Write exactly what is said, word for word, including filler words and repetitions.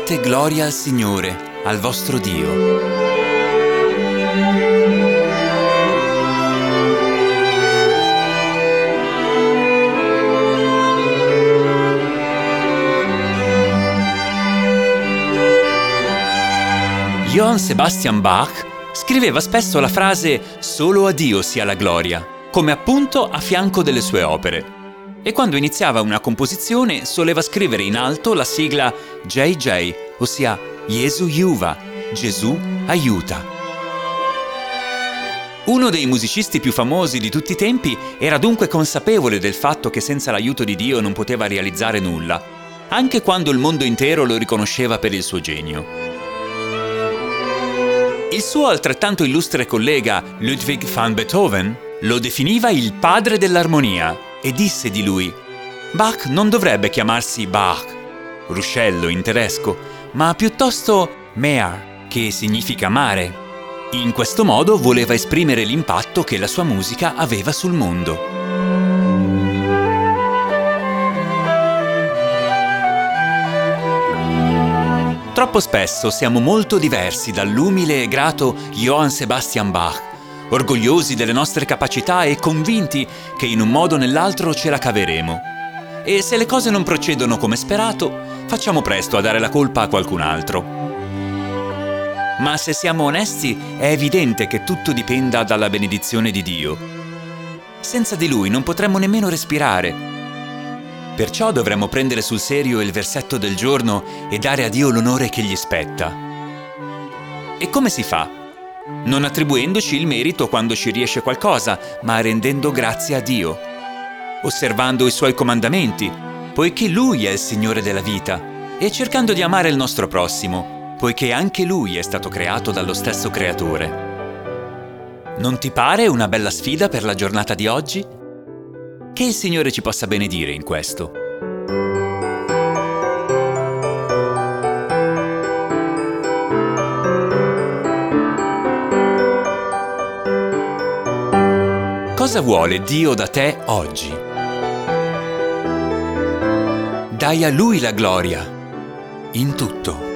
Date gloria al Signore, al vostro Dio. Johann Sebastian Bach scriveva spesso la frase «Solo a Dio sia la gloria», come appunto a fianco delle sue opere. E quando iniziava una composizione soleva scrivere in alto la sigla J J, ossia Jesu Juva, Gesù aiuta. Uno dei musicisti più famosi di tutti i tempi era dunque consapevole del fatto che senza l'aiuto di Dio non poteva realizzare nulla, anche quando il mondo intero lo riconosceva per il suo genio. Il suo altrettanto illustre collega Ludwig van Beethoven lo definiva il padre dell'armonia e disse di lui: Bach non dovrebbe chiamarsi Bach, ruscello in tedesco, ma piuttosto Meer, che significa mare. In questo modo voleva esprimere l'impatto che la sua musica aveva sul mondo. Troppo spesso siamo molto diversi dall'umile e grato Johann Sebastian Bach, orgogliosi delle nostre capacità e convinti che in un modo o nell'altro ce la caveremo. E se le cose non procedono come sperato, facciamo presto a dare la colpa a qualcun altro. Ma se siamo onesti, è evidente che tutto dipenda dalla benedizione di Dio. Senza di Lui non potremmo nemmeno respirare. Perciò dovremmo prendere sul serio il versetto del giorno e dare a Dio l'onore che gli spetta. E come si fa? Non attribuendoci il merito quando ci riesce qualcosa, ma rendendo grazie a Dio, osservando i Suoi comandamenti, poiché Lui è il Signore della vita, e cercando di amare il nostro prossimo, poiché anche Lui è stato creato dallo stesso Creatore. Non ti pare una bella sfida per la giornata di oggi? Che il Signore ci possa benedire in questo. Cosa vuole Dio da te oggi? Dai a Lui la gloria in tutto.